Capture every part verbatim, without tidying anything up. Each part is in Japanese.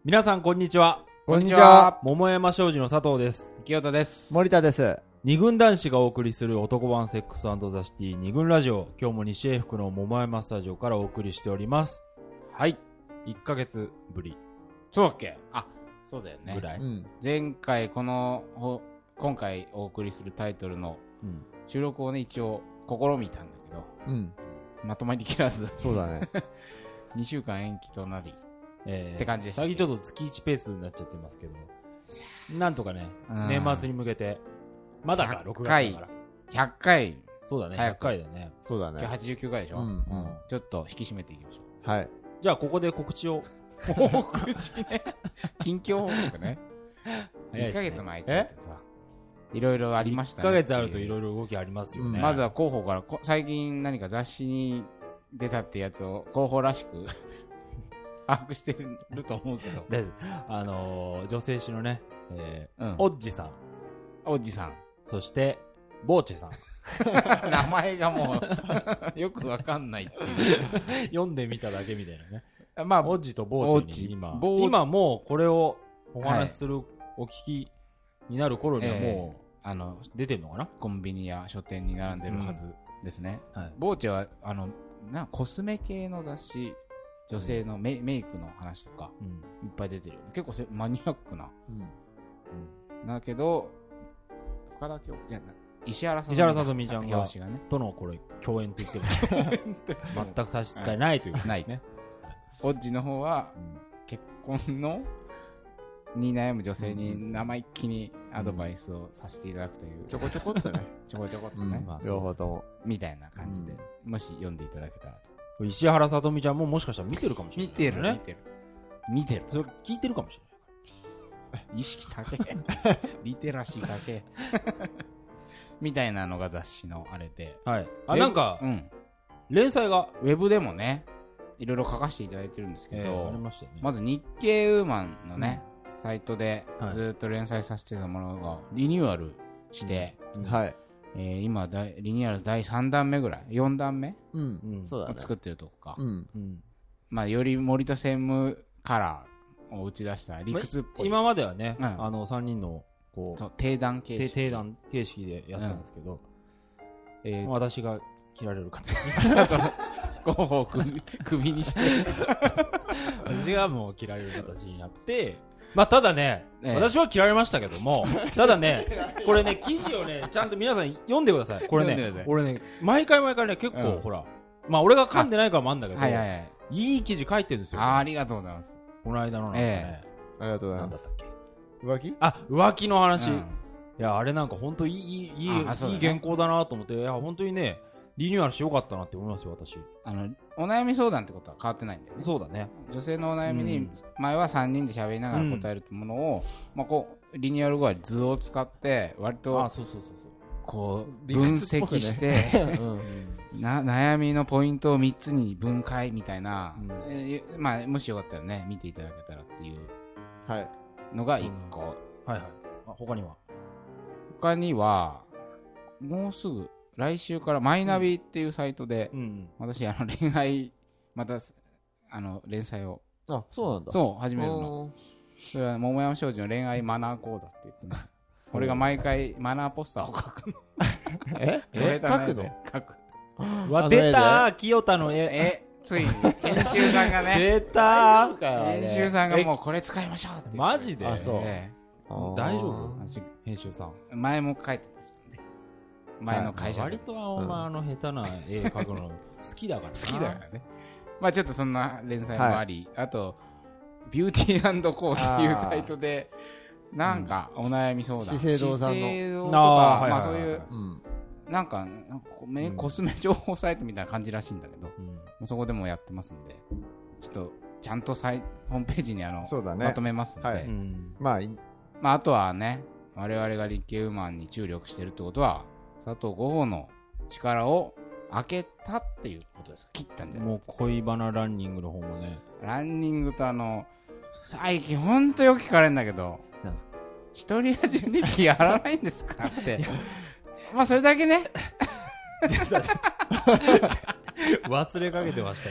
皆さんこんにちは。 こんにちは。 桃山商事の佐藤です。 清田です。 森田です。 二軍男子がお送りする男版セックス&ザシティ二軍ラジオ。今日も西英福の桃山スタジオからお送りしております。 はい。 いっかげつぶり。 そうだっけ？あ、そうだよね。 ぐらい。うん、 前回この今回お送りするタイトルの収録をね一応試みたんだけど、うん、まとまりきらず。 そうだね。 にしゅうかん延期となり。えー、って感じでした。 最近ちょっと月いちペースになっちゃってますけど、なんとかね、年末に向けて、まだか、ろくがつだから。 ひゃっかい。 そうだね、ひゃっかいだね。 そうだね。 今日はちじゅうきゅうかいでしょ、うんうん、ちょっと引き締めていきましょう。はい。 じゃあ、ここで告知を。 告知ね。近況報告ね。いっかげつも空いちゃってさ。いろいろありましたね。 いっかげつあるといろいろ動きありますよね。 うん、まずは広報から、最近何か雑誌に出たってやつを広報らしく、把握してると思うけどあのー、女性誌のね、えーうん、オッジさんオッジさんそしてボーチェさん名前がもうよくわかんないっていう読んでみただけみたいなね、 まあ、 オッジとボーチに今今もうこれをお話しする、はい、お聞きになる頃にはもう、えー、あの出てるのかな。 コンビニや書店に並んでるはずですね、うんはい、ボーチェはあのなコスメ系の雑誌、女性の メ,、うん、メイクの話とか、うん、いっぱい出てるよね。結構せマニアックな、うんうん、だけど深田恭子じゃない石原さとみちゃんが、ね、とのこれ共演と言っても全く差し支えないということですね。 オッジの方は、うん、結婚のに悩む女性に生意気にアドバイスをさせていただくという、うん、 ちょこちょこっとねちょこちょこっとね、 うんまあ、両方ともみたいな感じで、うん、もし読んでいただけたらと。 石原さとみちゃんももしかしたら見てるかもしれない、 ね、見てる見てる見てる。 それ聞いてるかもしれない。 意識高えリテラシー高えみたいなのが雑誌のあれで、 はい、あなんか、うん、連載がウェブでもねいろいろ書かせていただいてるんですけど、えーありましたね、まず日経ウーマンのね、うん、サイトでずっと連載させてたものがリニューアルして、 うんうん、はいえー、今だリニューアルだいさんだんめぐらいよんだんめ、 うんうん、そうだね、 作ってるとこか、 うんうん、 まあより森田専務カラーを打ち出した理屈っぽい、 ま、今まではね、うん、あのさんにんのこうそう定談形式定談形式でやってたんですけど、うんえー、私が切られる形に候補を首にして私がもう切られる形になってまあただね、ええ、私は切られましたけども、ただね、これね、記事をね、ちゃんと皆さん読んでください。これね、俺ね、毎回毎回ね、結構、うん、ほら、まあ俺が噛んでないからもあるんだけど、はいはいはい、いい記事書いてるんですよ。 あ、ありがとうございます。 この間のなんかね、 ええ、ありがとうございます。なんだったっけ？浮気？ あ、浮気の話。うん、いや、あれなんか本当いい、いい、いい、ね、いい原稿だなと思って、いや、本当にね、リニューアルしてよかったなって思いますよ、私。 あの、お悩み相談ってことは変わってないんだよね。 そうだね。 女性のお悩みに、前はさんにんで喋りながら答えるってものを、うん、まあこう、リニューアル後は図を使って、割と、 あ、そうそうそうそう。 こう、分析して、うん、な、悩みのポイントをみっつに分解みたいな、うんえー、まあ、もしよかったらね、見ていただけたらっていうのがいっこ。 うん、はいはい。あ、他には他には、もうすぐ、来週からマイナビっていうサイトで、うんうん、私あの恋愛またあの連載をあそうなんだそう始めるの。それは桃山商事の恋愛マナー講座って言ってね、俺が毎回マナーポスターを書くの。 ええ書くの書く。 わ出たー清田の絵えついに編集さんがね出たー編集さんがもうこれ使いましょうって。 マジで？ あそう。 えー、大丈夫？編集さん。 前も書いてました。前の会社割とお前あの下手な絵描くの好きだから好きだからね。まあちょっとそんな連載もあり、はい、あとビューティー&コーっていうサイトでなんかお悩み相談、 資生堂さんの資生堂とかあ、まあそういう、うん、なんかコスメ情報サイトみたいな感じらしいんだけど、うん、そこでもやってますんで、ちょっとちゃんとサイホームページにあの、ね、まとめますんで、はいうん、 まあまああとはね我々が日経ウーマンに注力してるってことは佐藤五歩の力を開けたっていうことです。切ったんじゃないもう恋バナランニングの方もね。 ランニングとあの最近ほんとよく聞かれるんだけど、なんですか一人味日記やらないんですかってまあそれだけね忘れかけてましたよ。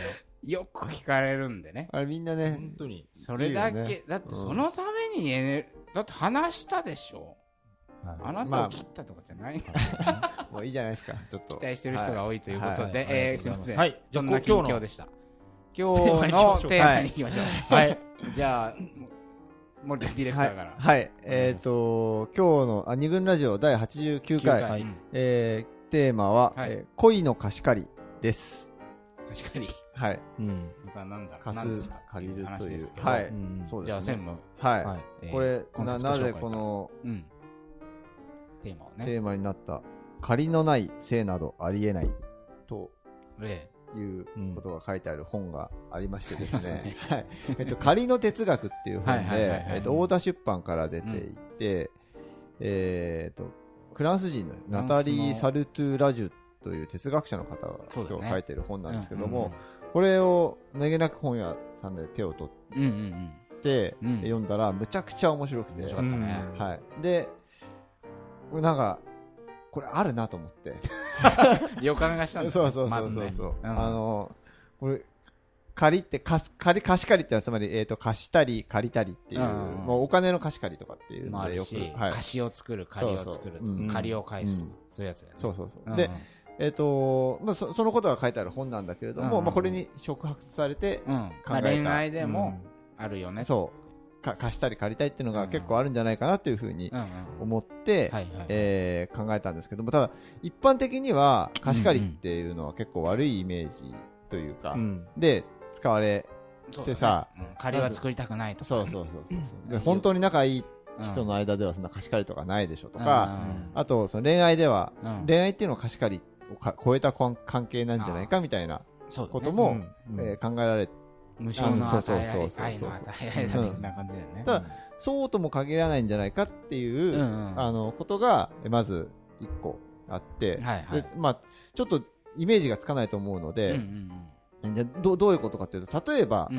よく聞かれるんでね。 あれみんなね、 本当に。 それだけ、だってそのためにエネ、だって話したでしょ。あなたを切ったとかじゃないの、 もういいじゃないですか、ちょっと。 期待してる人が多いということで、えー、すみません。 はい。 そんな近況でした。今日のテーマに行きましょう。はい。じゃあ、森田ディレクターから。 はい。えっと、今日の、あ、二軍ラジオだいはちじゅうきゅうかい。えー、テーマは、恋の貸し借りです。 貸し借りはい。 うん。またなんだ貸す、借りるという。 はい。そうですね。じゃあ、専務。 はい。これ、な、なぜこの、 テーマをね。 テーマになった、借りのない性などありえない、と、いうことが書いてある本がありましてですね。はい。えっと、仮の哲学っていう本で、えっと、太田出版から出ていて、えっと、フランス人のナタリー・サルトゥ・ラジュという哲学者の方が今日書いてる本なんですけども、これを何気なく本屋さんで手を取って読んだらむちゃくちゃ面白くて。面白かったね。はい。で、これなんか、これあるなと思って。 予感がしたんですよ。そうそうそうそう。あの、これ、借りって、貸り、貸し借りってのはつまり、えっと、貸したり借りたりっていう、もうお金の貸し借りとかっていうのでよく。 貸しを作る、借りを作る、借りを返す。そういうやつだよね。 そうそうそう。で、えっと、まあ、そのことが書いてある本なんだけれども、まあ、これに触発されて考えた。 恋愛でもあるよね。 そう。貸したり借りたいっていうのが結構あるんじゃないかなというふうに思って考えたんですけども、ただ一般的には貸し借りっていうのは結構悪いイメージというかで使われてさ、 借りは作りたくないとか、 そうそうそうそうで本当に仲いい人の間ではそんな貸し借りとかないでしょとか、あとその恋愛では恋愛っていうのは貸し借りを超えた関係なんじゃないかみたいなことも考えられて、 無償の与え合いの与え合いな感じだよね。 ただそうとも限らないんじゃないかっていうあのことがまず一個あって、まあちょっとイメージがつかないと思うので、どどういうことかというと、例えば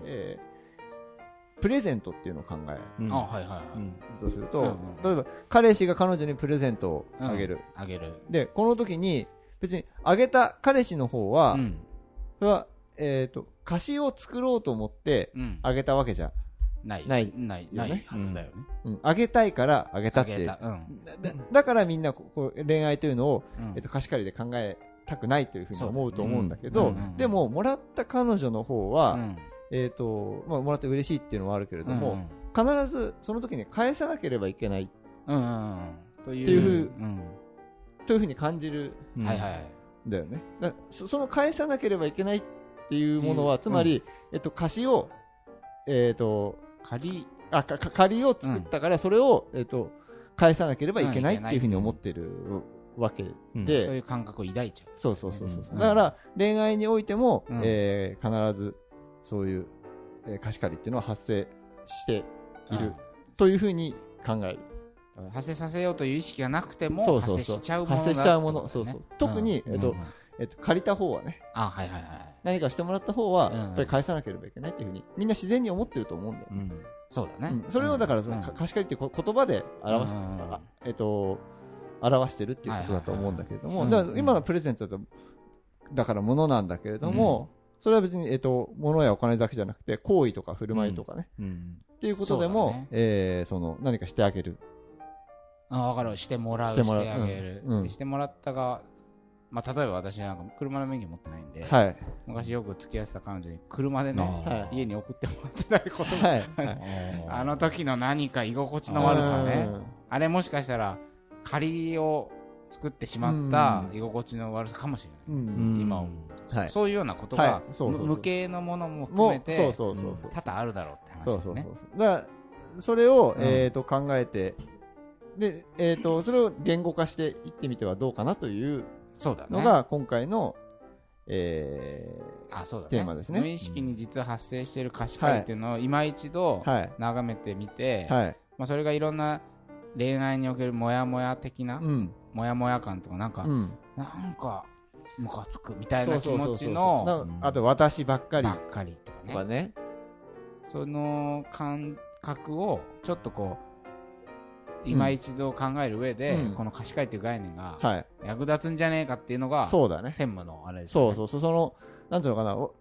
プレゼントっていうのを考えるとすると、例えば彼氏が彼女にプレゼントをあげる。 あげる。 でこの時に別にあげた彼氏の方はそれはえっと貸しを作ろうと思ってあげたわけじゃないないないないはずだよね。 うん、あげたいからあげたっていう。だ, だからみんなこう恋愛というのを、うんえっと、貸し借りで考えたくないというふうに思うと思うんだけど、でももらった彼女の方は、うんえっとまあ、もらって嬉しいっていうのはあるけれども、うん、必ずその時に返さなければいけない、うんうん、というふう、うん、というふうに感じるんだよね。だそ, その返さなければいけないっていうものはつまり、うんえっと、貸しを、えっと借りあか借りを作ったからそれを、うんえっと、返さなければいけないっていうふうに思ってるわけで、 うん、そういう感覚を抱いちゃう。 そうそうそうそう、うん、だから恋愛においても、うんえー、必ずそういう、えー、貸し借りっていうのは発生しているというふうに考える。 発生させようという意識がなくてもそうそうそう発生しちゃうものだ、 発生しちゃうもの、そうそう特に、うんえっとうんえっと、借りた方はねあ、はいはいはい、 何かしてもらった方はやっぱり返さなければいけないっていうふうにみんな自然に思ってると思うんだよ、うん、 そうだね、 うん、それをだからその、うん、貸し借りっていう言葉で表し、うん、えっと表してるっていうことだと思うんだけれども、だから今のプレゼントだとだから物なんだけれども、うん、それは別に、えっと、物やお金だけじゃなくて行為とか振る舞いとかね、うんうん、っていうことでも、ねえー、その何かしてあげるあ分かるしてもらうしてもらしてあげる、うんうん、でしてもらったがまあ、例えば私なんか車の免許持ってないんで、はい、昔よく付き合ってた彼女に車でね、はい、家に送ってもらってたことも、はいはい、あの時の何か居心地の悪さね あ, あれもしかしたら仮を作ってしまった居心地の悪さかもしれない、うん、今を、はい、そういうようなことが、はい、そうそうそう無形のものも含めて多々あるだろうって話ですね。そうそうそうそうだからそれを、うんえー、と考えてで、えー、とそれを言語化していってみてはどうかなというのが今回の、えー、あそうだね、テーマですね。 無意識に実は発生している貸し借りっていうのを今一度眺めてみて、はいはいまあ、それがいろんな恋愛におけるモヤモヤ的な、うん、モヤモヤ感とかなんか、うん、なんかムカつくみたいな気持ちのあと私ばっかりばっかりとか ね, とかねその感覚をちょっとこう今一度考える上で、うん、この貸し借りという概念が役立つんじゃねえかっていうのが、そうだね、専務のあれですね。 そうそうそうそのなんていうのかな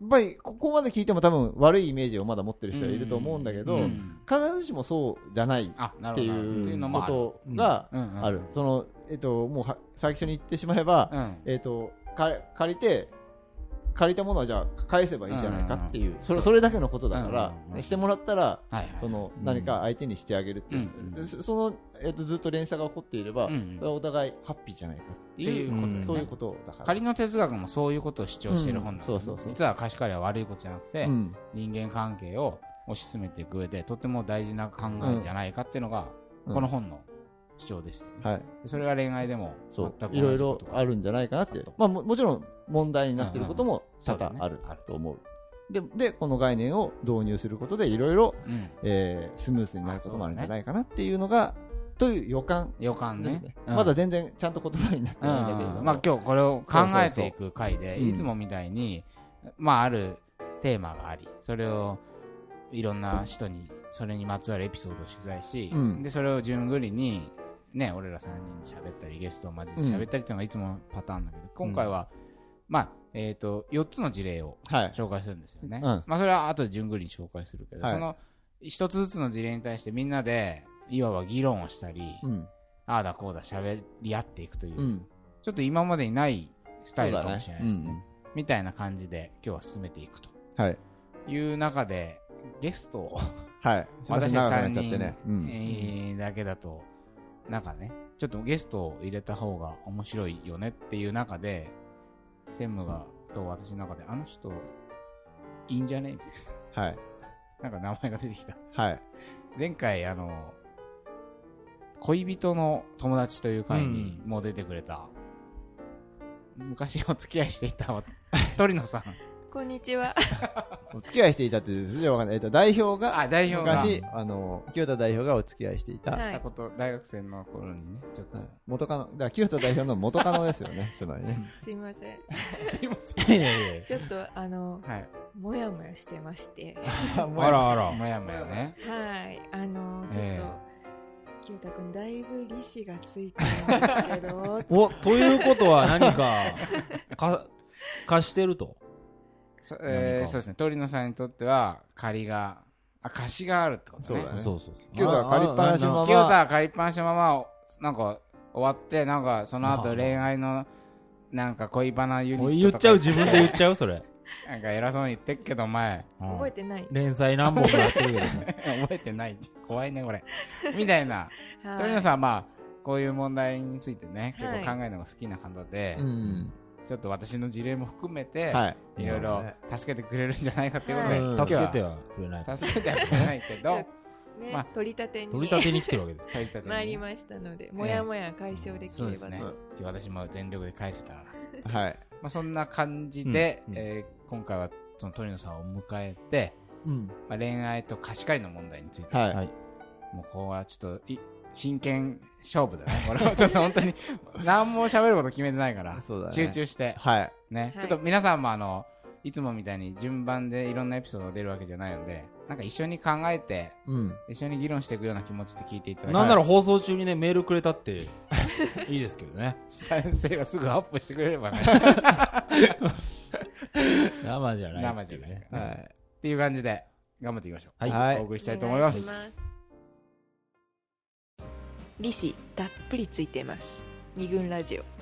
っぱりここまで聞いても多分悪いイメージをまだ持ってる人はいると思うんだけど、うんうん、必ずしもそうじゃないっていうことがある。その、えっと、もう最初に言ってしまえば、うん、えっと、か借りて、借りたものはじゃあ返せばいいじゃないかっていう、うんうん、それ、それだけのことだから、うんうん、してもらったら、はいはい、その何か相手にしてあげるっていう、うんうん、その、えっと、ずっと連鎖が起こっていれば、うんうん、それはお互いハッピーじゃないかっていうこと、ね、そういうことだから。 仮の哲学もそういうことを主張している本なんで、うん、そうそうそう、実は貸し借りは悪いことじゃなくて、うん、人間関係を推し進めていく上でとても大事な考えじゃないかっていうのが、うん、この本の主張ですよね、はい、それが恋愛でも全く同じことがいろいろあるんじゃないかなって、まあ、も, もちろん問題になっていることも多々あると思う。で, でこの概念を導入することでいろいろスムースになることもあるんじゃないかなっていうのがという予感、 予感ね、 うん、まだ全然ちゃんと言葉になってないんだけど、 うん、まあ今日これを考えていく回で、いつもみたいに、まああるテーマがあり、それをいろんな人にそれにまつわるエピソードを取材し、うん、でそれを順繰りにね、俺らさんにん喋ったりゲストを交えて喋ったりっていうのがいつものパターンだけど、今回は、まあえー、とよっつの事例を紹介するんですよね、はい、まあ、それは後で順繰りに紹介するけど、はい、その一つずつの事例に対してみんなでいわば議論をしたり、うん、ああだこうだ喋り合っていくという、うん、ちょっと今までにないスタイルかもしれないです ね, ね、うん、みたいな感じで今日は進めていくと、はい、いう中でゲストを、はい、私さんにん、ね、うんえー、だけだとなんかね、ちょっとゲストを入れた方が面白いよねっていう中で、専務がと私の中であの人いいんじゃねみたいな、はい、なんか名前が出てきた、はい、前回あの恋人の友達という回にもう出てくれた、うん、昔お付き合いしていた鳥野さんこんにちは。 お付き合いしていたっていう筋はわかんない。えっと代表があ代表が昔あの清田代表がお付き合いしていた。 はい、したこと大学生の頃にねちょっと、はい、 元カノだから清田代表の元カノですよね。つまりね。 すいません。 すいません。いやいやちょっとあの、はい、もやもやしてまして。 あらあらもやもやね。 はいあのちょっと。えー清田君だいぶ利子がついてるんですけどおということは何かか貸してると、 そ、えー、そうですね、鳥野さんにとっては借りがあ貸しがあるってことね。 そうだね。 そうそうそう。 清田は借りっぱなしのまま清田は借りっぱなしのままなんか終わってなんかその後恋愛のなんか恋バナユニットとか言っちゃう自分で言っちゃうそれなんか偉そうに言ってっけど前覚えてない連載何本もやってるけどね覚えてない怖いねこれみたいな鳥野さんはまあこういう問題についてね結構考えるのが好きな方で、はい、うんちょっと私の事例も含めて、はい、いろいろ助けてくれるんじゃないかということで、 はい、助けてはくれない助けてはくれないけどね、まあ、取り立てに取り立てに来てるわけです取り立てに参りましたので、もやもや解消できればと、そうですね、 今日私も全力で返せたらなと、はいまあ、そんな感じで、うんえー、今回はその鳥野さんを迎えて、うんまあ、恋愛と貸し借りの問題について、はい、もうここはちょっとい真剣勝負だね。俺はちょっと本当に何も喋ること決めてないから、ね、集中して、はいね、ちょっと皆さんもあのいつもみたいに順番でいろんなエピソードが出るわけじゃないので、なんか一緒に考えて、うん、一緒に議論していくような気持ちで聞いていただきたい。 なんなら放送中にねメールくれたっていいですけどね。 先生がすぐアップしてくれればね。 生じゃない。 生じゃない、ね。はい。っていう感じで頑張っていきましょう。はい。お送りしたいと思います。 利子たっぷりついてます。二軍ラジオ。